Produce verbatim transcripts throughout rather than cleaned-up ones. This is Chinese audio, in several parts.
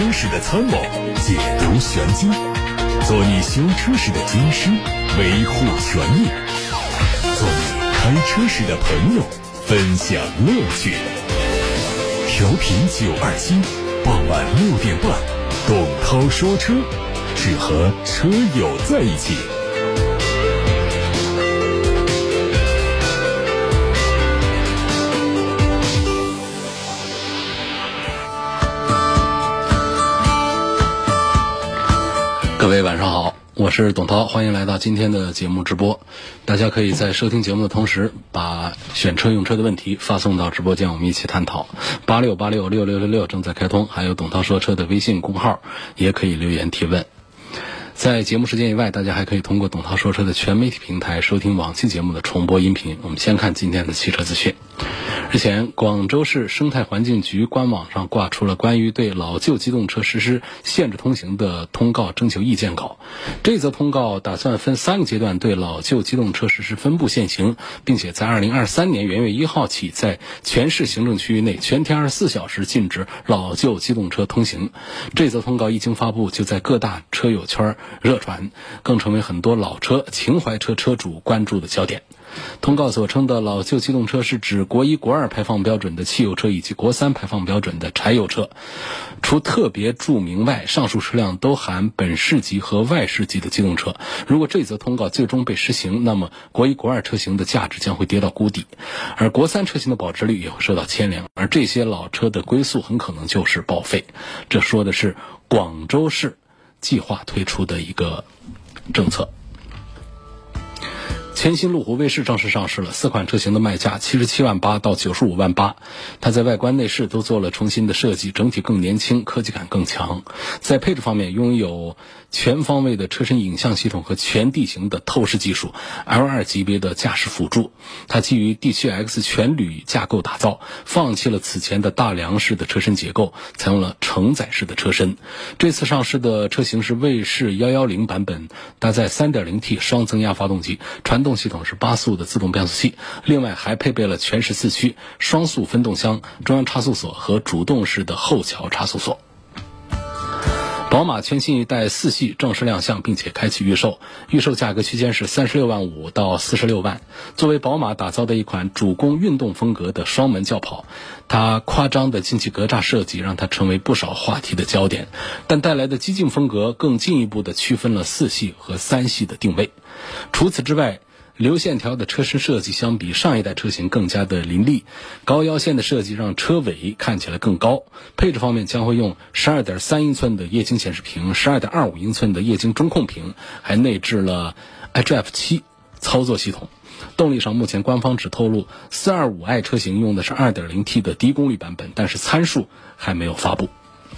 车时的参谋，解读玄机，做你修车时的军师，维护权益，做你开车时的朋友，分享乐趣。调频九二七，傍晚六点半，董涛说车，只和车友在一起。 各位晚上好，我是董涛，欢迎来到今天的节目直播。大家可以在收听节目的同时，把选车用车的问题发送到直播间，我们一起探讨。八六八六六六六六正在开通，还有董涛说车的微信公号也可以留言提问。在节目时间以外，大家还可以通过董涛说车的全媒体平台收听往期节目的重播音频。我们先看今天的汽车资讯。日前，广州市生态环境局官网上挂出了关于对老旧机动车实施限制通行的通告征求意见稿。这则通告打算分三个阶段对老旧机动车实施分步限行，并且在二零二三年元月一号起，在全市行政区域内全天二十四小时禁止老旧机动车通行。这则通告一经发布，就在各大车友圈热传，更成为很多老车、情怀车车主关注的焦点。通告所称的老旧机动车是指国一、国二排放标准的汽油车以及国三排放标准的柴油车。除特别注明外，上述车辆都含本市级和外市级的机动车。如果这则通告最终被实行，那么国一、国二车型的价值将会跌到谷底，而国三车型的保值率也会受到牵连，而这些老车的归宿很可能就是报废。这说的是广州市计划推出的一个政策。全新路虎卫士正式上市了，四款车型的卖价七十七万八到九十五万八。它在外观内饰都做了重新的设计，整体更年轻，科技感更强。在配置方面，拥有全方位的车身影像系统和全地形的透视技术， L 二 级别的驾驶辅助。它基于 D 七 X 全铝架构打造，放弃了此前的大梁式的车身结构，采用了承载式的车身。这次上市的车型是卫士一一零版本，搭载 三点零 T 双增压发动机，传动系统是八速的自动变速器，另外还配备了全时四驱、双速分动箱、中央差速锁和主动式的后桥差速锁。宝马全新一代四系正式亮相，并且开启预售，预售价格区间是三十六万五到四十六万。作为宝马打造的一款主攻运动风格的双门轿跑，它夸张的进气格栅设计让它成为不少话题的焦点，但带来的激进风格更进一步的区分了四系和三系的定位。除此之外，流线条的车身设计相比上一代车型更加的凌厉，高腰线的设计让车尾看起来更高。配置方面将会用 十二点三英寸的液晶显示屏， 十二点二五英寸的液晶中控屏，还内置了 H F 七 操作系统。动力上目前官方只透露 四二五 i 车型用的是 二点零 T 的低功率版本，但是参数还没有发布。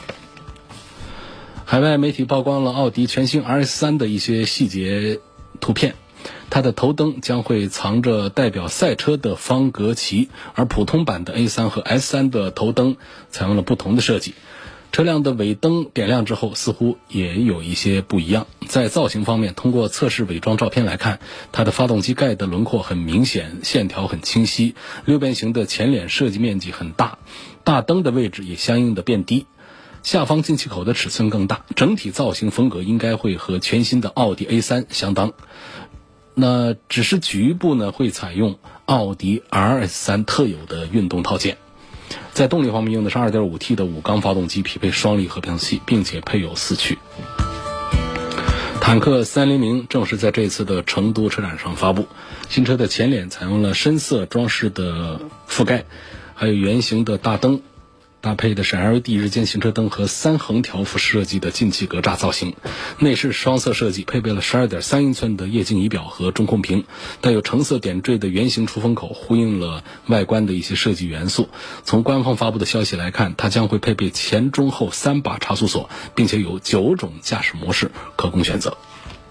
海外媒体曝光了奥迪全新 R S 三 的一些细节图片，它的头灯将会藏着代表赛车的方格旗，而普通版的 A 三 和 S 三 的头灯采用了不同的设计。车辆的尾灯点亮之后似乎也有一些不一样。在造型方面，通过测试伪装照片来看，它的发动机盖的轮廓很明显，线条很清晰，六边形的前脸设计面积很大，大灯的位置也相应的变低，下方进气口的尺寸更大，整体造型风格应该会和全新的奥迪 A 三 相当。那只是局部呢会采用奥迪 R S 三 特有的运动套件。在动力方面用的是 二点五 T 的五缸发动机，匹配双离合变速器，并且配有四驱。坦克三零零正式在这次的成都车展上发布，新车的前脸采用了深色装饰的覆盖，还有圆形的大灯，搭配的是 L E D 日间行车灯和三横条幅设计的进气格栅造型。内饰双色设计，配备了 十二点三英寸的液晶仪表和中控屏，带有橙色点缀的圆形出风口，呼应了外观的一些设计元素。从官方发布的消息来看，它将会配备前中后三把差速锁，并且有九种驾驶模式可供选择。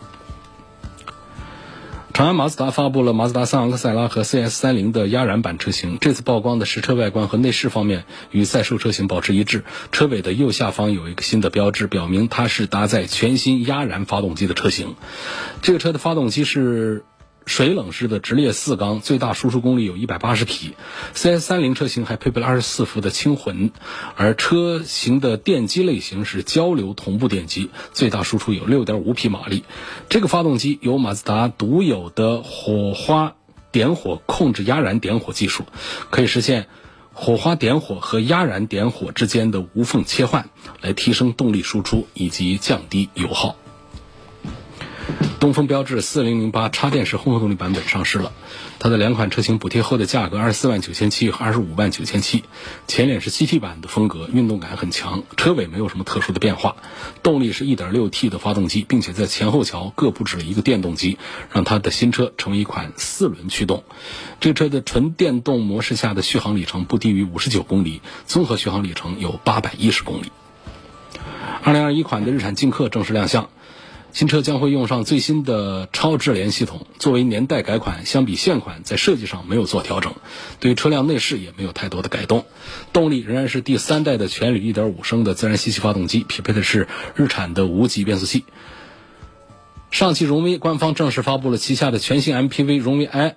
长安马自达发布了马自达三昂克赛拉和 C S 三十 的压燃版车型，这次曝光的实车外观和内饰方面与赛售车型保持一致，车尾的右下方有一个新的标志，表明它是搭载全新压燃发动机的车型。这个车的发动机是水冷式的直列四缸，最大输出功率有一百八十匹。C S 三十 车型还配备了二十四伏的轻混，而车型的电机类型是交流同步电机，最大输出有 六点五匹马力。这个发动机有马自达独有的火花点火控制压燃点火技术，可以实现火花点火和压燃点火之间的无缝切换，来提升动力输出以及降低油耗。东风标致四零零八插电式混合动力版本上市了，它的两款车型补贴后的价格二十四万九千七和二十五万九千七。前脸是 G T 版的风格，运动感很强，车尾没有什么特殊的变化。动力是 一点六 T 的发动机，并且在前后桥各布置了一个电动机，让它的新车成为一款四轮驱动。这个车的纯电动模式下的续航里程不低于五十九公里，综合续航里程有八百一十公里。二零二一款的日产劲客正式亮相。新车将会用上最新的超智联系统，作为年代改款，相比现款在设计上没有做调整，对于车辆内饰也没有太多的改动。动力仍然是第三代的全铝 一点五 升的自然吸气发动机，匹配的是日产的无级变速器。上汽荣威官方正式发布了旗下的全新 M P V 荣威 i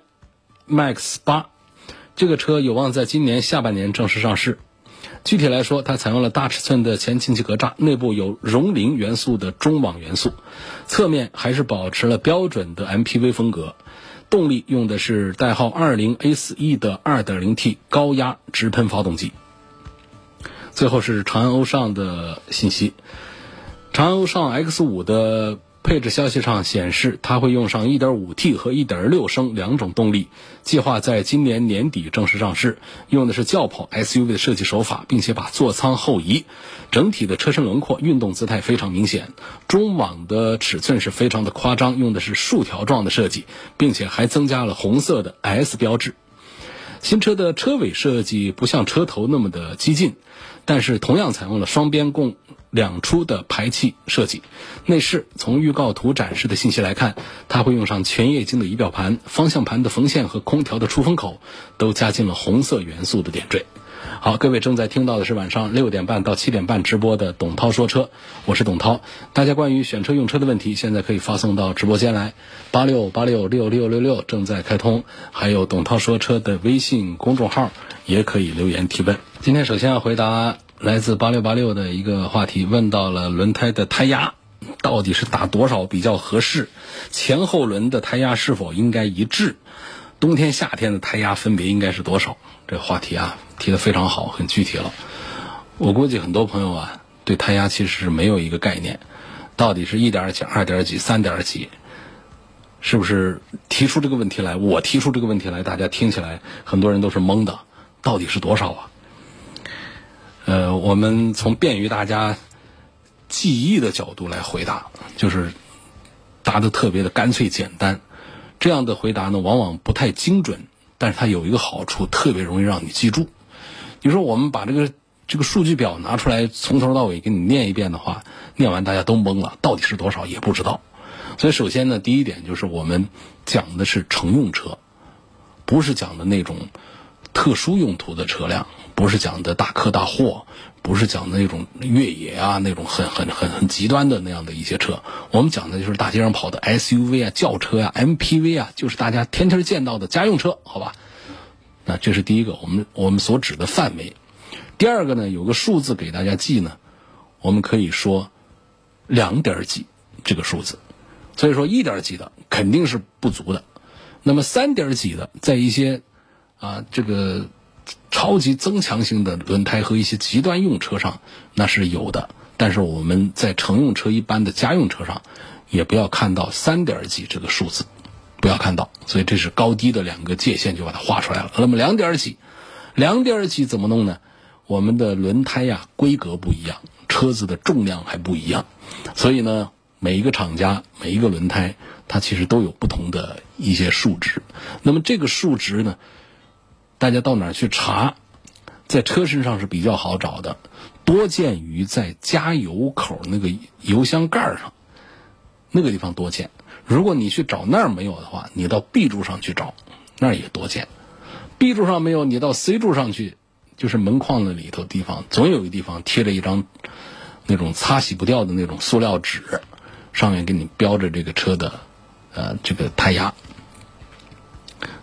Max 八，这个车有望在今年下半年正式上市。具体来说，它采用了大尺寸的前进气格栅，内部有熔灵元素的中网元素，侧面还是保持了标准的 M P V 风格。动力用的是代号 二零 A 四 E 的 二点零 T 高压直喷发动机。最后是长安欧尚的信息，长安欧尚 X 五 的配置消息上显示，它会用上 一点五 T 和 一点六 升两种动力，计划在今年年底正式上市，用的是轿跑 S U V 的设计手法，并且把座舱后移，整体的车身轮廓运动姿态非常明显。中网的尺寸是非常的夸张，用的是竖条状的设计，并且还增加了红色的 S 标志。新车的车尾设计不像车头那么的激进，但是同样采用了双边共两出的排气设计。内饰从预告图展示的信息来看，它会用上全液晶的仪表盘，方向盘的缝线和空调的出风口都加进了红色元素的点缀。好，各位正在听到的是晚上六点半到七点半直播的董涛说车，我是董涛。大家关于选车用车的问题，现在可以发送到直播间来，八六八六六六六六正在开通，还有董涛说车的微信公众号也可以留言提问。今天首先要回答来自八六八六的一个话题，问到了轮胎的胎压到底是打多少比较合适，前后轮的胎压是否应该一致，冬天夏天的胎压分别应该是多少。这个话题啊提得非常好，很具体了。我估计很多朋友啊对胎压其实是没有一个概念，到底是一点几、二点几、三点几，是不是提出这个问题来，我提出这个问题来，大家听起来很多人都是懵的，到底是多少啊？呃，我们从便于大家记忆的角度来回答，就是答得特别的干脆简单。这样的回答呢往往不太精准，但是它有一个好处，特别容易让你记住。你说我们把这个这个数据表拿出来，从头到尾给你念一遍的话，念完大家都懵了，到底是多少也不知道。所以首先呢，第一点就是我们讲的是乘用车，不是讲的那种特殊用途的车辆，不是讲的大客大货，不是讲的那种越野啊，那种很很很很极端的那样的一些车。我们讲的就是大街上跑的 S U V 啊、轿车啊、M P V 啊，就是大家天天见到的家用车，好吧？那这是第一个，我们我们所指的范围。第二个呢，有个数字给大家记呢，我们可以说两点几这个数字。所以说一点几的肯定是不足的，那么三点几的，在一些啊这个超级增强型的轮胎和一些极端用车上那是有的，但是我们在乘用车一般的家用车上也不要看到三点几这个数字，不要看到，所以这是高低的两个界限就把它画出来了。那么两点几两点几怎么弄呢？我们的轮胎呀规格不一样，车子的重量还不一样，所以呢每一个厂家每一个轮胎它其实都有不同的一些数值。那么这个数值呢，大家到哪儿去查，在车身上是比较好找的，多见于在加油口那个油箱盖上那个地方多见。如果你去找那儿没有的话，你到 B 柱上去找，那儿也多见。 B 柱上没有，你到 C 柱上去，就是门框的里头地方总有一个地方贴着一张那种擦洗不掉的那种塑料纸，上面给你标着这个车的呃这个胎压。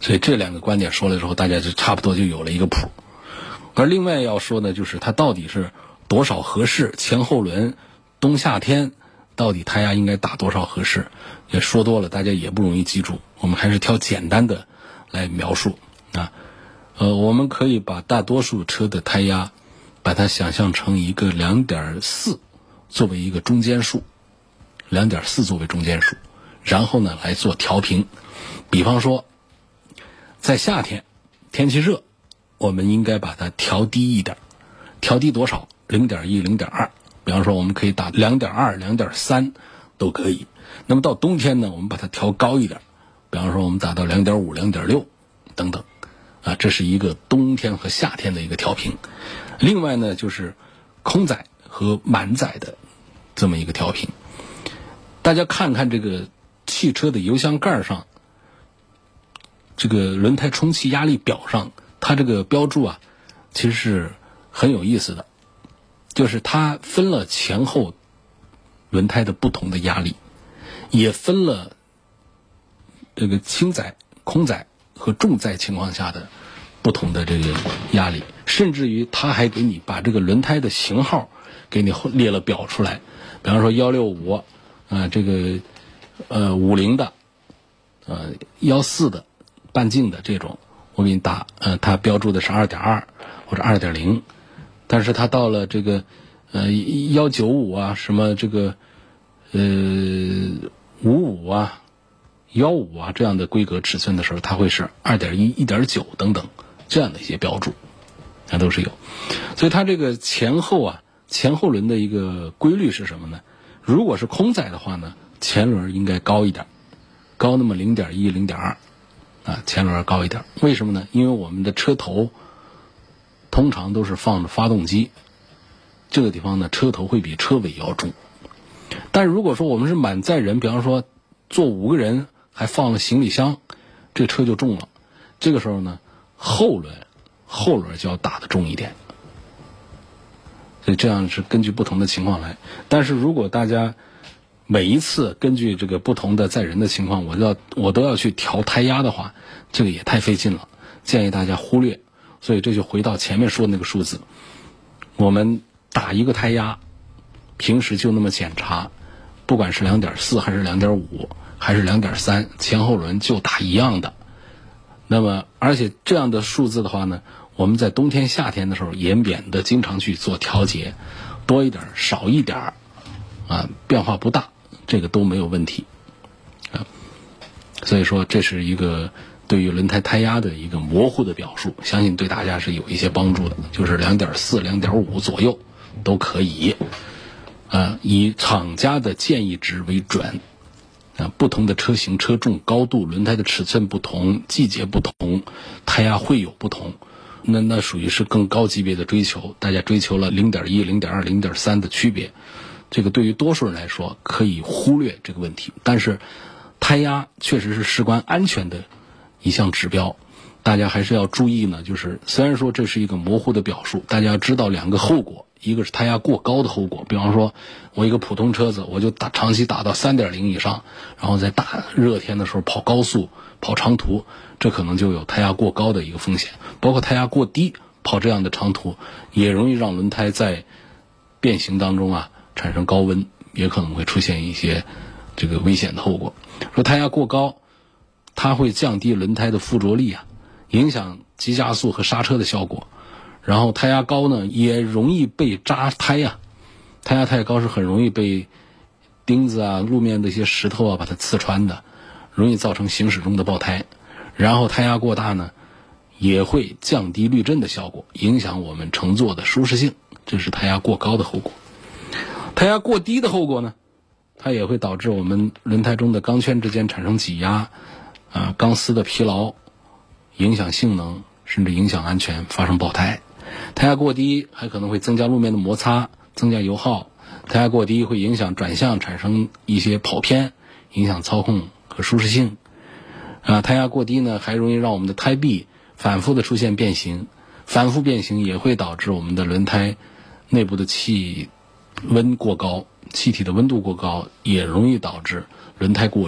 所以这两个观点说了之后，大家就差不多就有了一个谱。而另外要说的就是它到底是多少合适，前后轮冬夏天到底胎压应该打多少合适，也说多了大家也不容易记住，我们还是挑简单的来描述啊。呃，我们可以把大多数车的胎压把它想象成一个 两点四 作为一个中间数， 两点四 作为中间数，然后呢来做调平。比方说在夏天天气热，我们应该把它调低一点，调低多少？ 零点一 零点二， 比方说我们可以打 两点二 两点三 都可以。那么到冬天呢，我们把它调高一点，比方说我们打到 两点五 两点六 等等啊，这是一个冬天和夏天的一个调平。另外呢就是空载和满载的这么一个调平。大家看看这个汽车的油箱盖上，这个轮胎充气压力表上，它这个标注啊其实是很有意思的，就是它分了前后轮胎的不同的压力，也分了这个轻载、空载和重载情况下的不同的这个压力，甚至于它还给你把这个轮胎的型号给你列了表出来。比方说一六五啊，这个呃五零的，呃一四的半径的这种，我给你打，呃它标注的是 二点二 或者 二点零， 但是它到了这个呃一九五啊，什么这个呃五五啊、一五啊这样的规格尺寸的时候，它会是 二点一、一点九 等等这样的一些标注，它都是有。所以它这个前后啊前后轮的一个规律是什么呢？如果是空载的话呢，前轮应该高一点，高那么 零点一、零点二 啊，前轮高一点。为什么呢？因为我们的车头通常都是放着发动机，这个地方呢车头会比车尾要重。但如果说我们是满载人，比方说坐五个人还放了行李箱，这车就重了。这个时候呢后轮后轮就要打得重一点。所以这样是根据不同的情况来。但是如果大家每一次根据这个不同的载人的情况，我都要我都要去调胎压的话，这个也太费劲了，建议大家忽略。所以这就回到前面说的那个数字，我们打一个胎压，平时就那么检查，不管是 两点四 还是 两点五 还是 两点三， 前后轮就打一样的。那么而且这样的数字的话呢，我们在冬天夏天的时候也免得经常去做调节，多一点少一点啊，变化不大，这个都没有问题啊。所以说这是一个对于轮胎胎压的一个模糊的表述，相信对大家是有一些帮助的，就是 两点四 两点五 左右都可以啊，以厂家的建议值为准啊。不同的车型、车重、高度、轮胎的尺寸不同，季节不同，胎压会有不同，那那属于是更高级别的追求，大家追求了 零点一、零点二、零点三 的区别，这个对于多数人来说可以忽略这个问题。但是胎压确实是事关安全的一项指标，大家还是要注意呢。就是虽然说这是一个模糊的表述，大家要知道两个后果，一个是胎压过高的后果，比方说我一个普通车子我就打长期打到 三点零 以上，然后在大热天的时候跑高速跑长途，这可能就有胎压过高的一个风险。包括胎压过低跑这样的长途，也容易让轮胎在变形当中啊产生高温，也可能会出现一些这个危险的后果。说胎压过高，它会降低轮胎的附着力啊，影响急加速和刹车的效果。然后胎压高呢，也容易被扎胎啊，胎压太高是很容易被钉子啊、路面的一些石头啊把它刺穿的，容易造成行驶中的爆胎。然后胎压过大呢，也会降低滤震的效果，影响我们乘坐的舒适性，这是胎压过高的后果。胎压过低的后果呢，它也会导致我们轮胎中的钢圈之间产生挤压啊，钢丝的疲劳，影响性能，甚至影响安全，发生爆胎。胎压过低还可能会增加路面的摩擦，增加油耗。胎压过低会影响转向，产生一些跑偏，影响操控和舒适性啊。胎压过低呢，还容易让我们的胎壁反复的出现变形，反复变形也会导致我们的轮胎内部的气温过高，气体的温度过高，也容易导致轮胎过热，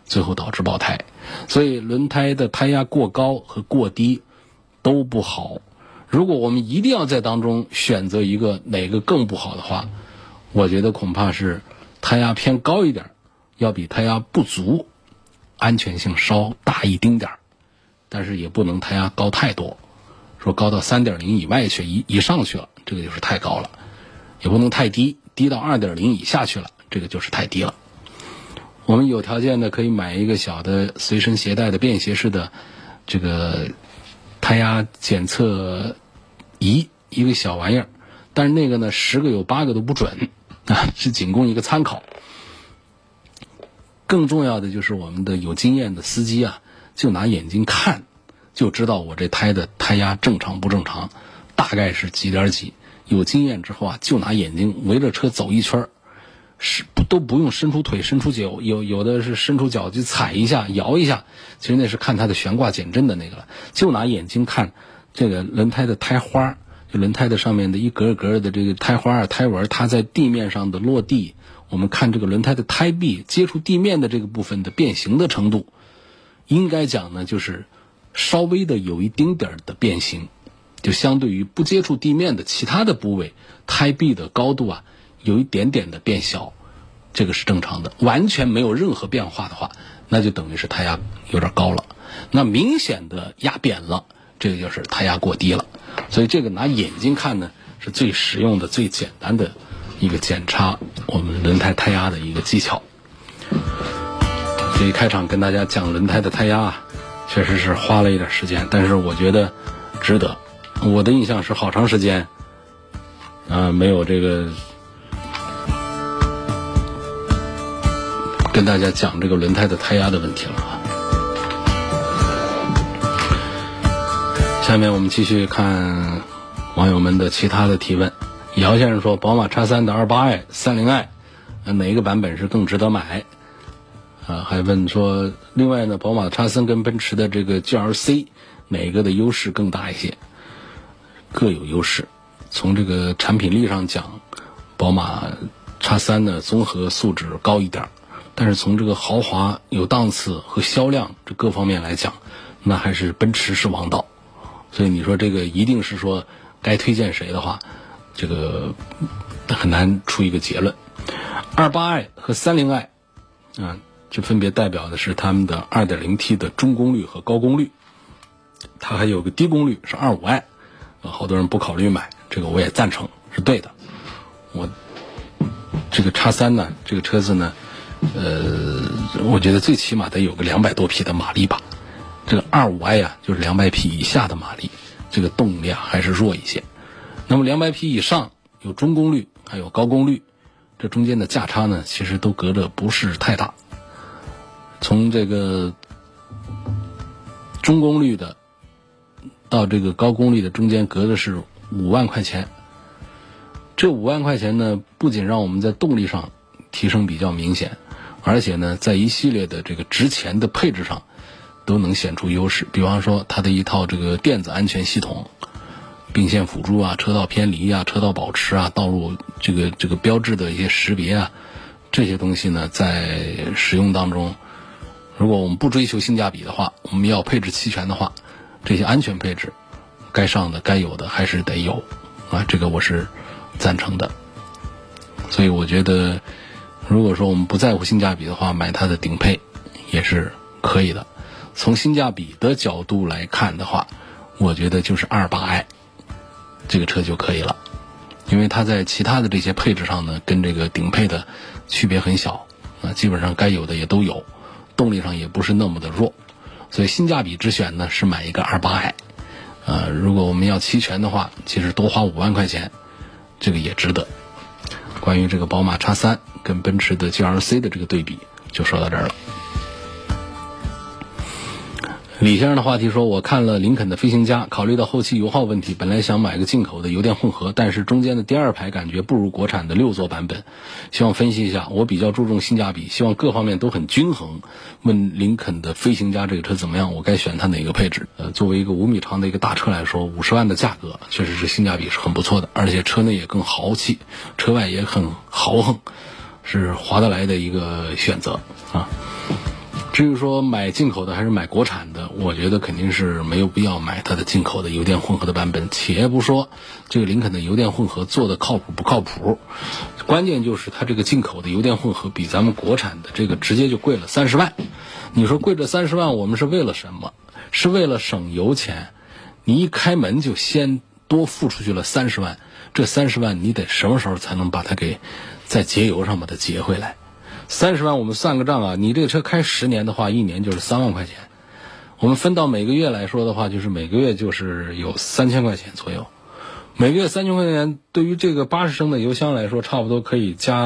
最后导致爆胎。所以轮胎的胎压过高和过低都不好。如果我们一定要在当中选择一个哪个更不好的话，我觉得恐怕是胎压偏高一点，要比胎压不足安全性稍大一丁点儿，但是也不能胎压高太多，说高到 三点零 以外去以以上去了，这个就是太高了，也不能太低，低到 二点零 以下去了，这个就是太低了。我们有条件的可以买一个小的随身携带的便携式的这个胎压检测仪，一个小玩意儿，但是那个呢十个有八个都不准啊，是仅供一个参考。更重要的就是我们的有经验的司机啊，就拿眼睛看就知道我这胎的胎压正常不正常，大概是几点几。有经验之后啊，就拿眼睛围着车走一圈，是不都不用伸出腿伸出脚，有有的是伸出脚去踩一下摇一下，其实那是看它的悬挂减震的那个了。就拿眼睛看这个轮胎的胎花，就轮胎的上面的一格一格的这个胎花胎纹，它在地面上的落地，我们看这个轮胎的胎壁接触地面的这个部分的变形的程度，应该讲呢就是稍微的有一丁点的变形，就相对于不接触地面的其他的部位，胎壁的高度啊有一点点的变小，这个是正常的。完全没有任何变化的话，那就等于是胎压有点高了，那明显的压扁了，这个就是胎压过低了。所以这个拿眼睛看呢是最实用的最简单的一个检查我们轮胎胎压的一个技巧。所以开场跟大家讲轮胎的胎压啊，确实是花了一点时间，但是我觉得值得。我的印象是好长时间啊、呃、没有这个跟大家讲这个轮胎的胎压的问题了啊。下面我们继续看网友们的其他的提问。姚先生说，宝马 X 三 的 二八 i、三零 i 哪一个版本是更值得买？啊，还问说，另外呢，宝马 X 三 跟奔驰的这个 G L C 哪个的优势更大一些？各有优势。从这个产品力上讲，宝马 X 三 呢综合素质高一点，但是从这个豪华、有档次和销量这各方面来讲，那还是奔驰是王道。所以你说这个一定是说该推荐谁的话，这个很难出一个结论。二八 i 和三零 i 啊，这分别代表的是他们的 二点零 T 的中功率和高功率，它还有个低功率是 二五 i， 好多人不考虑买，这个我也赞成，是对的。我这个 X 三 呢，这个车子呢，呃，我觉得最起码得有个两百多匹的马力吧。这个 二五 i 啊，就是两百匹以下的马力，这个动力啊还是弱一些。那么两百匹以上有中功率还有高功率，这中间的价差呢其实都隔着不是太大。从这个中功率的到这个高功率的中间隔的是五万块钱。这五万块钱呢，不仅让我们在动力上提升比较明显，而且呢在一系列的这个值钱的配置上都能显出优势。比方说它的一套这个电子安全系统，并线辅助啊、车道偏离啊、车道保持啊、道路这个这个标志的一些识别啊，这些东西呢在使用当中，如果我们不追求性价比的话，我们要配置齐全的话，这些安全配置该上的该有的还是得有啊，这个我是赞成的。所以我觉得如果说我们不在乎性价比的话，买它的顶配也是可以的。从性价比的角度来看的话，我觉得就是 二八 i 这个车就可以了，因为它在其他的这些配置上呢跟这个顶配的区别很小啊，基本上该有的也都有，动力上也不是那么的弱，所以性价比之选呢是买一个 二八 i。 呃，如果我们要齐全的话，其实多花五万块钱这个也值得。关于这个宝马 X 三 跟奔驰的 G L C 的这个对比就说到这儿了。李先生的话题说，我看了林肯的飞行家，考虑到后期油耗问题，本来想买个进口的油电混合，但是中间的第二排感觉不如国产的六座版本，希望分析一下。我比较注重性价比，希望各方面都很均衡。问林肯的飞行家这个车怎么样，我该选它哪个配置？呃，作为一个五米长的一个大车来说，五十万的价格确实是性价比是很不错的，而且车内也更豪气，车外也很豪横，是划得来的一个选择啊。 至于说买进口的还是买国产的，我觉得肯定是没有必要买它的进口的油电混合的版本。且不说这个林肯的油电混合做的靠谱不靠谱，关键就是它这个进口的油电混合比咱们国产的这个直接就贵了三十万。你说贵这三十万我们是为了什么？是为了省油钱。你一开门就先多付出去了三十万，这三十万你得什么时候才能把它给在节油上把它结回来？三十万我们算个账啊，你这个车开十年的话，一年就是三万块钱。我们分到每个月来说的话，就是每个月就是有三千块钱左右。每个月三千块钱，对于这个八十升的油箱来说，差不多可以加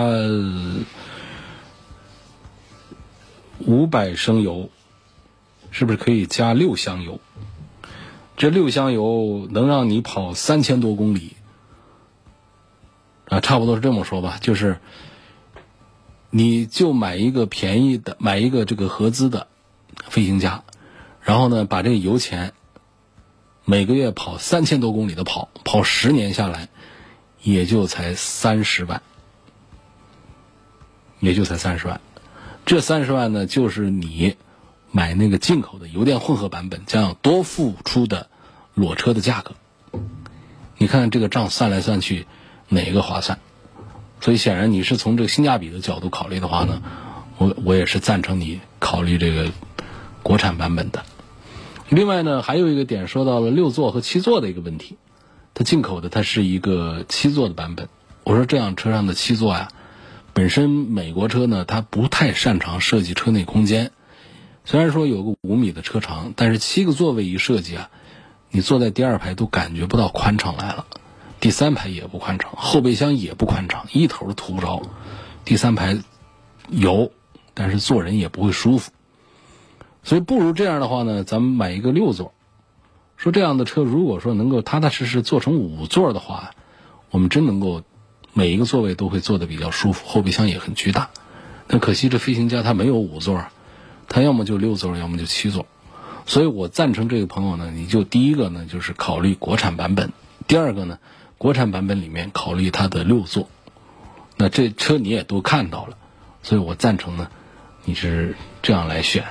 五百升油，是不是可以加六箱油？这六箱油能让你跑三千多公里啊，差不多是这么说吧，就是你就买一个便宜的，买一个这个合资的飞行家，然后呢把这个油钱每个月跑三千多公里的跑，跑十年下来也就才三十万，也就才三十万。这三十万呢，就是你买那个进口的油电混合版本将要多付出的裸车的价格。你看看这个账算来算去哪个划算？所以显然你是从这个性价比的角度考虑的话呢，我我也是赞成你考虑这个国产版本的。另外呢，还有一个点说到了六座和七座的一个问题，它进口的它是一个七座的版本。我说这样车上的七座呀，本身美国车呢它不太擅长设计车内空间，虽然说有个五米的车长，但是七个座位一设计啊，你坐在第二排都感觉不到宽敞来了，第三排也不宽敞，后备箱也不宽敞，一头涂不着。第三排有，但是坐人也不会舒服。所以不如这样的话呢，咱们买一个六座。说这样的车如果说能够踏踏实实做成五座的话，我们真能够每一个座位都会坐得比较舒服，后备箱也很巨大。但可惜这飞行家它没有五座，它要么就六座，要么就七座。所以我赞成这个朋友呢，你就第一个呢就是考虑国产版本，第二个呢国产版本里面考虑它的六座。那这车你也都看到了，所以我赞成呢你是这样来选。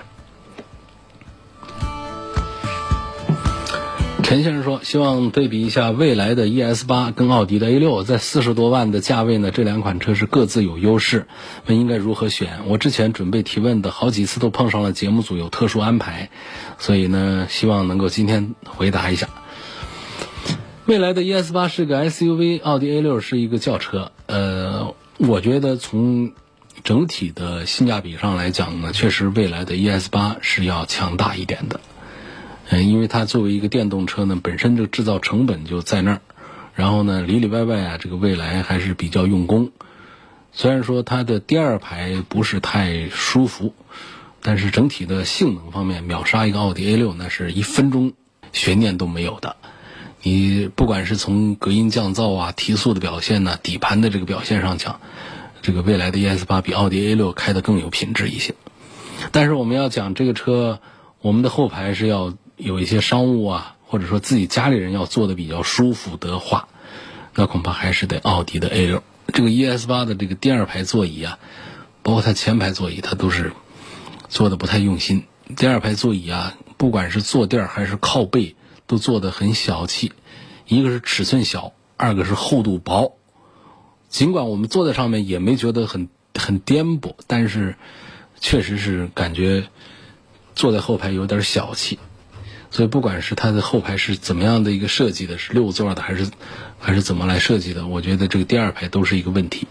陈先生说，希望对比一下蔚来的 E S 八 跟奥迪的 A 六，在四十多万的价位呢，这两款车是各自有优势，问应该如何选？我之前准备提问的好几次都碰上了节目组有特殊安排，所以呢，希望能够今天回答一下。蔚来的 E S 八 是个 S U V， 奥迪 A 六 是一个轿车。呃，我觉得从整体的性价比上来讲呢，确实蔚来的 E S 八 是要强大一点的。嗯，因为它作为一个电动车呢，本身这个制造成本就在那儿，然后呢，里里外外啊，这个蔚来还是比较用功。虽然说它的第二排不是太舒服，但是整体的性能方面秒杀一个奥迪 A 六，那是一分钟悬念都没有的。你不管是从隔音降噪啊、提速的表现呢、底盘的这个表现上讲，这个蔚来的 E S 八 比奥迪 A 六开得更有品质一些。但是我们要讲这个车，我们的后排是要有一些商务啊，或者说自己家里人要坐的比较舒服的话，那恐怕还是得奥迪的 A 六。这个 E S 八 的这个第二排座椅啊，包括它前排座椅，它都是做的不太用心。第二排座椅啊，不管是坐垫还是靠背，都做得很小气。一个是尺寸小，二个是厚度薄。尽管我们坐在上面也没觉得很很颠簸，但是确实是感觉坐在后排有点小气。所以不管是它的后排是怎么样的一个设计的，是六座的还是还是怎么来设计的，我觉得这个第二排都是一个问题。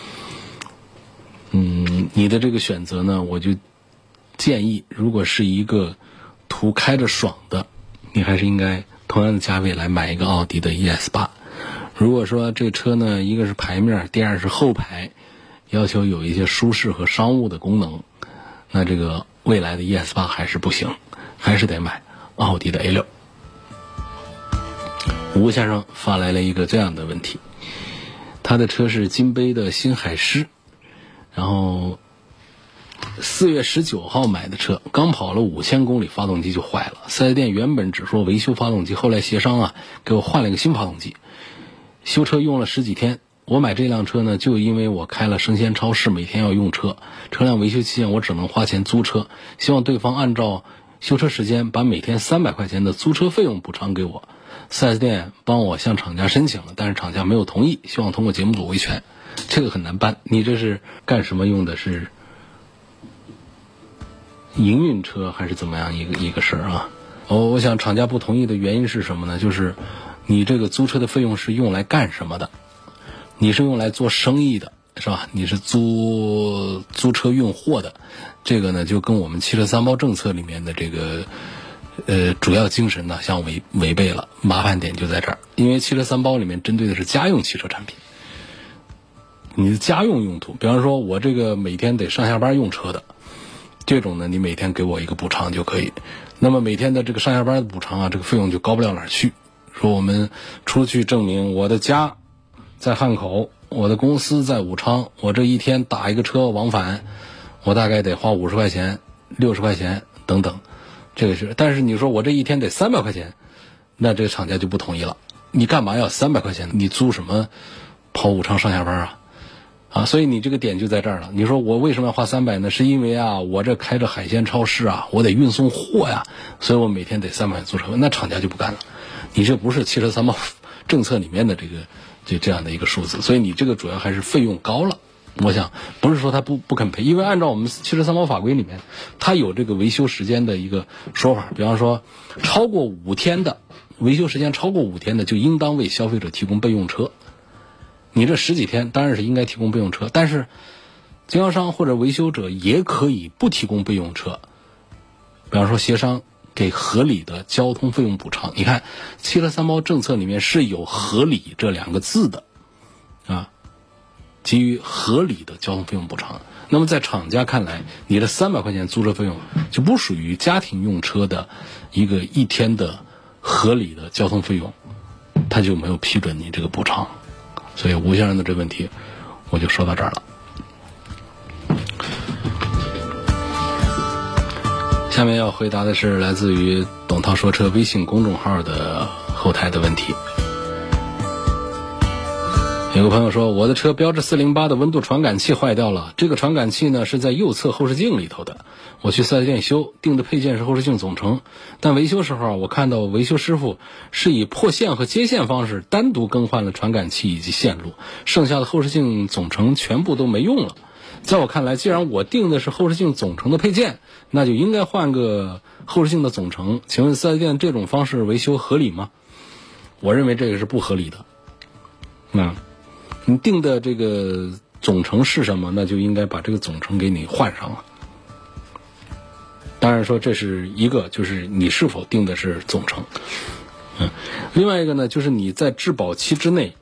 嗯，你的这个选择呢，我就建议，如果是一个图开着爽的，你还是应该同样的价位来买一个奥迪的 E S 八。如果说这个车呢，一个是排面，第二是后排，要求有一些舒适和商务的功能，那这个蔚来的 E S 八 还是不行，还是得买奥迪的 A 六。吴先生发来了一个这样的问题，他的车是金杯的新海狮，然后四月十九号买的车，刚跑了五千公里，发动机就坏了。四 S 店原本只说维修发动机，后来协商啊，给我换了一个新发动机。修车用了十几天， 我买这辆车呢，就因为我开了生鲜超市，每天要用车，车辆维修期间我只能花钱租车，希望对方按照修车时间把每天三百块钱的租车费用补偿给我。四 S 店帮我向厂家申请了，但是厂家没有同意，希望通过节目组维权。这个很难办，你这是干什么用的？是营运车还是怎么样一个一个事儿啊？我我想厂家不同意的原因是什么呢？就是你这个租车的费用是用来干什么的？你是用来做生意的，是吧？你是租租车运货的，这个呢就跟我们汽车三包政策里面的这个呃主要精神呢相违违背了。麻烦点就在这儿，因为汽车三包里面针对的是家用汽车产品，你的家用用途，比方说我这个每天得上下班用车的，这种呢你每天给我一个补偿就可以。那么每天的这个上下班的补偿啊，这个费用就高不了哪儿去。说我们出去证明我的家在汉口，我的公司在武昌，我这一天打一个车往返，我大概得花五十块钱、六十块钱等等，这个是。但是你说我这一天得三百块钱，那这个厂家就不同意了。你干嘛要三百块钱？你租什么跑武昌上下班啊？啊，所以你这个点就在这儿了。你说我为什么要花三百呢？是因为啊，我这开着海鲜超市啊，我得运送货呀，所以我每天得三百租车。那厂家就不干了，你这不是汽车三包政策里面的这个。就这样的一个数字，所以你这个主要还是费用高了。我想不是说他不不肯赔，因为按照我们汽车三包法规里面，它有这个维修时间的一个说法，比方说超过五天的维修时间超过五天的，就应当为消费者提供备用车。你这十几天当然是应该提供备用车，但是经销商或者维修者也可以不提供备用车，比方说协商给合理的交通费用补偿。你看汽车三包政策里面是有合理这两个字的啊，给予合理的交通费用补偿。那么在厂家看来，你的三百块钱租车费用就不属于家庭用车的一个一天的合理的交通费用，他就没有批准你这个补偿。所以吴先生的这个问题我就说到这儿了。下面要回答的是来自于董涛说车微信公众号的后台的问题。有个朋友说，我的车标致四零八的温度传感器坏掉了，这个传感器呢是在右侧后视镜里头的，我去四 S 店修，订的配件是后视镜总成，但维修时候我看到维修师傅是以破线和接线方式单独更换了传感器以及线路，剩下的后视镜总成全部都没用了。在我看来，既然我订的是后视镜总成的配件，那就应该换个后视镜的总成。请问四 S 店这种方式维修合理吗？我认为这个是不合理的。那你订的这个总成是什么，那就应该把这个总成给你换上了。当然说这是一个，就是你是否订的是总成。嗯，另外一个呢，就是你在质保期之内，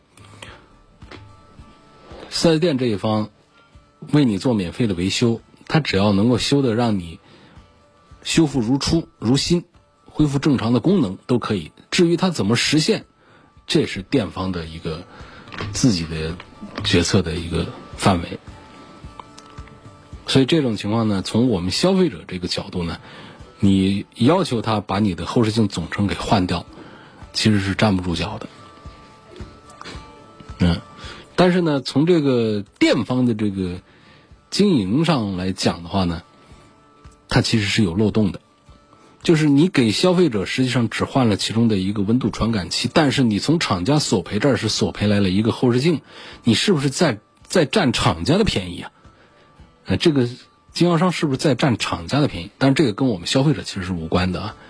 四 S 店这一方为你做免费的维修，他只要能够修的让你修复如初如新，恢复正常的功能都可以。至于他怎么实现，这是店方的一个自己的决策的一个范围。所以这种情况呢，从我们消费者这个角度呢，你要求他把你的后视镜总成给换掉，其实是站不住脚的。嗯，但是呢，从这个店方的这个经营上来讲的话呢，它其实是有漏洞的。就是你给消费者实际上只换了其中的一个温度传感器，但是你从厂家索赔这儿是索赔来了一个后视镜，你是不是在在占厂家的便宜啊？呃，这个经销商是不是在占厂家的便宜？但是这个跟我们消费者其实是无关的啊。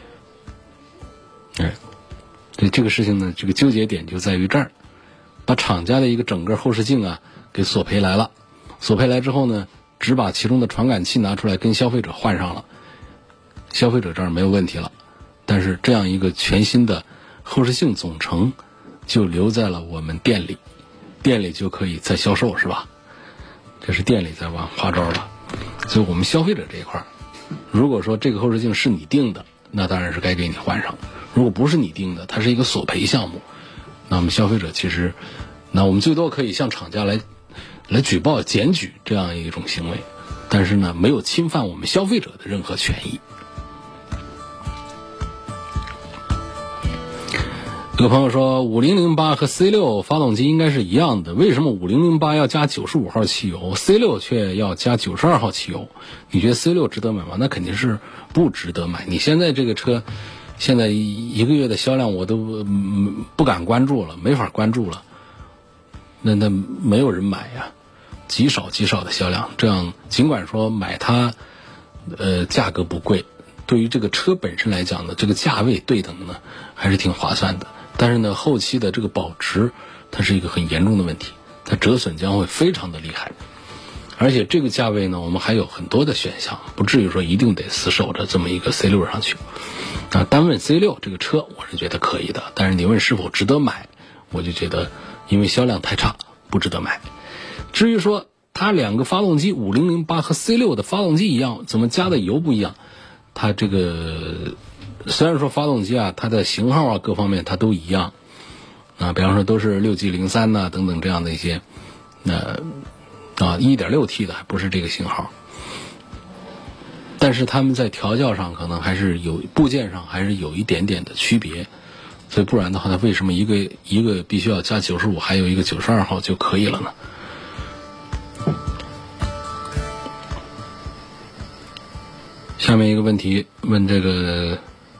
哎，所以这个事情呢，这个纠结点就在于这儿，把厂家的一个整个后视镜啊给索赔来了，索赔来之后呢，只把其中的传感器拿出来跟消费者换上了。消费者这儿没有问题了，但是这样一个全新的后视镜总成就留在了我们店里，店里就可以再销售，是吧？这是店里在玩花招了。所以我们消费者这一块，如果说这个后视镜是你定的，那当然是该给你换上；如果不是你定的，它是一个索赔项目，那我们消费者其实，那我们最多可以向厂家来来举报检举这样一种行为，但是呢，没有侵犯我们消费者的任何权益。 这个朋友说五零零八和 C 六 发动机应该是一样的，为什么五零零八要加九十五号汽油 C 六 却要加九十二号汽油？你觉得 C 六 值得买吗？那肯定是不值得买。你现在这个车现在一个月的销量我都不敢关注了，没法关注了，那那没有人买呀，极少极少的销量。这样尽管说买它呃价格不贵，对于这个车本身来讲呢，这个价位对等呢还是挺划算的。但是呢，后期的这个保值它是一个很严重的问题，它折损将会非常的厉害。而且这个价位呢，我们还有很多的选项，不至于说一定得死守着这么一个 C 六 上去。啊，单问 C 六 这个车我是觉得可以的，但是你问是否值得买，我就觉得因为销量太差不值得买。至于说它两个发动机五零零八和 C 六 的发动机一样，怎么加的油不一样？它这个虽然说发动机啊，它的型号啊各方面它都一样啊，比方说都是 六 G 零三 呐等等这样的一些，那啊 一点六 T 的还不是这个型号，但是他们在调教上可能还是有部件上还是有一点点的区别，所以不然的话，它为什么一个一个必须要加九十五，还有一个九十二号就可以了呢？下面一个问题问这个，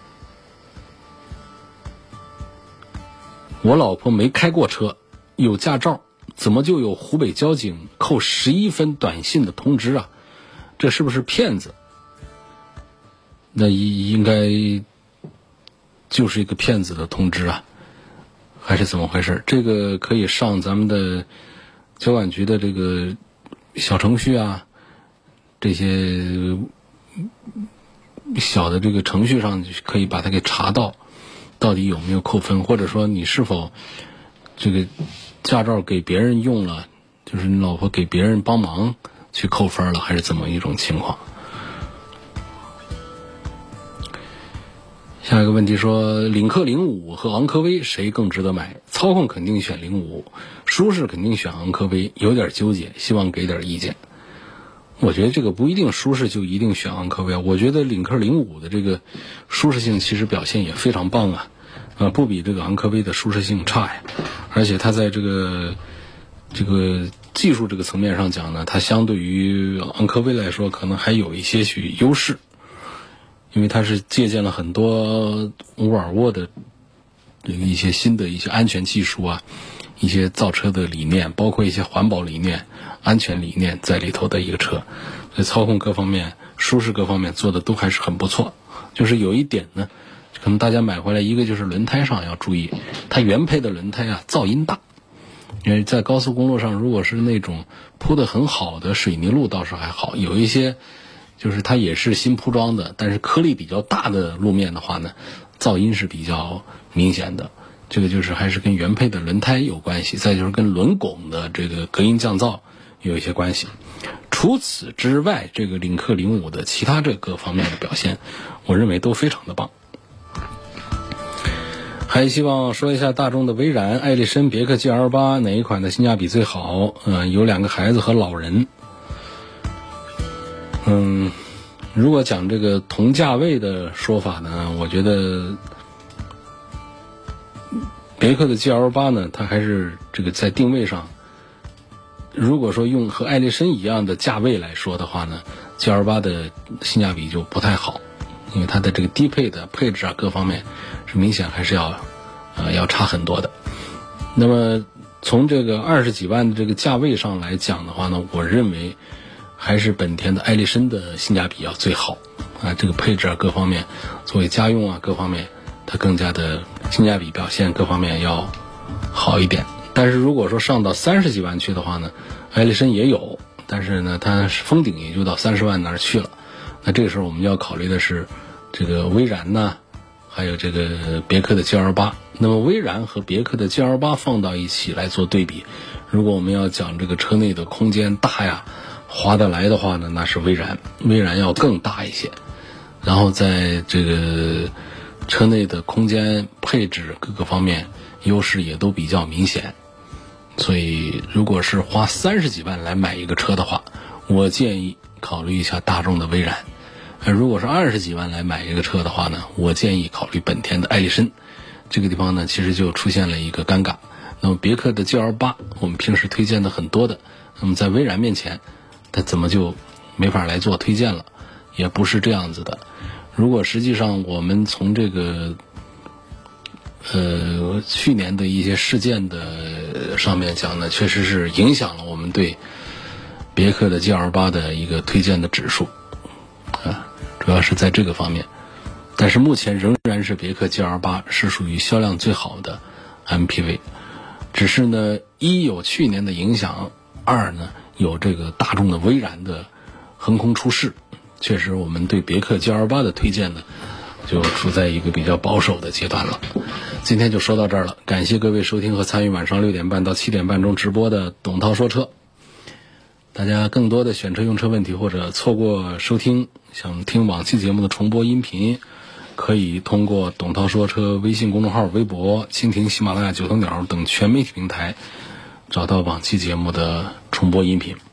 我老婆没开过车，有驾照，怎么就有湖北交警扣十一分短信的通知啊？这是不是骗子？那应该就是一个骗子的通知啊，还是怎么回事？这个可以上咱们的交管局的这个小程序啊，这些小的这个程序上可以把它给查到，到底有没有扣分，或者说你是否这个驾照给别人用了，就是你老婆给别人帮忙去扣分了，还是怎么一种情况？下一个问题说，领克零五和昂科威谁更值得买？操控肯定选零五，舒适肯定选昂科威，有点纠结，希望给点意见。我觉得这个不一定舒适就一定选昂科威，我觉得领克零五的这个舒适性其实表现也非常棒啊，呃，不比这个昂科威的舒适性差呀。而且它在这个这个技术这个层面上讲呢，它相对于昂科威来说可能还有一些许优势，因为它是借鉴了很多沃尔沃的一些新的一些安全技术啊，一些造车的理念，包括一些环保理念、安全理念在里头的一个车，所以操控各方面、舒适各方面做的都还是很不错。就是有一点呢，可能大家买回来，一个就是轮胎上要注意，它原配的轮胎啊噪音大，因为在高速公路上，如果是那种铺得很好的水泥路倒是还好，有一些就是它也是新铺装的，但是颗粒比较大的路面的话呢，噪音是比较明显的。这个就是还是跟原配的轮胎有关系，再就是跟轮拱的这个隔音降噪有一些关系。除此之外，这个领克零五的其他这各方面的表现，我认为都非常的棒。还希望说一下大众的威然、艾力绅、别克 G L 八 哪一款的性价比最好？嗯、呃，有两个孩子和老人。嗯，如果讲这个同价位的说法呢，我觉得别克的 G L 八 呢，它还是这个在定位上，如果说用和艾力绅一样的价位来说的话呢 ，G L 八 的性价比就不太好，因为它的这个低配的配置啊各方面是明显还是要呃要差很多的。那么从这个二十几万的这个价位上来讲的话呢，我认为还是本田的艾力绅的性价比要最好啊，这个配置啊各方面，作为家用啊各方面，它更加的性价比表现各方面要好一点。但是如果说上到三十几万去的话呢，艾力绅也有，但是呢它封顶也就到三十万那儿去了。那这个时候我们要考虑的是这个威然呢，还有这个别克的 G L 八。那么威然和别克的 G L 八 放到一起来做对比，如果我们要讲这个车内的空间大呀划得来的话呢，那是威然，威然要更大一些。然后在这个车内的空间配置各个方面优势也都比较明显。所以如果是花三十几万来买一个车的话，我建议考虑一下大众的威然。如果是二十几万来买一个车的话呢，我建议考虑本田的艾力绅。 这个地方呢，其实就出现了一个尴尬。那么别克的 G L 八，我们平时推荐的很多的，那么在威然面前，它怎么就没法来做推荐了？也不是这样子的。如果实际上我们从这个呃去年的一些事件的上面讲呢，确实是影响了我们对别克的 G L 八的一个推荐的指数啊，主要是在这个方面。但是目前仍然是别克 G L 八是属于销量最好的 M P V， 只是呢，一有去年的影响，二呢有这个大众的威然的横空出世，确实我们对别克 G L 八的推荐呢，就处在一个比较保守的阶段了。今天就说到这儿了，感谢各位收听和参与晚上六点半到七点半中直播的董涛说车。大家更多的选车用车问题或者错过收听，想听往期节目的重播音频，可以通过董涛说车微信公众号、微博、蜻蜓、喜马拉雅、九头鸟等全媒体平台找到往期节目的重播音频。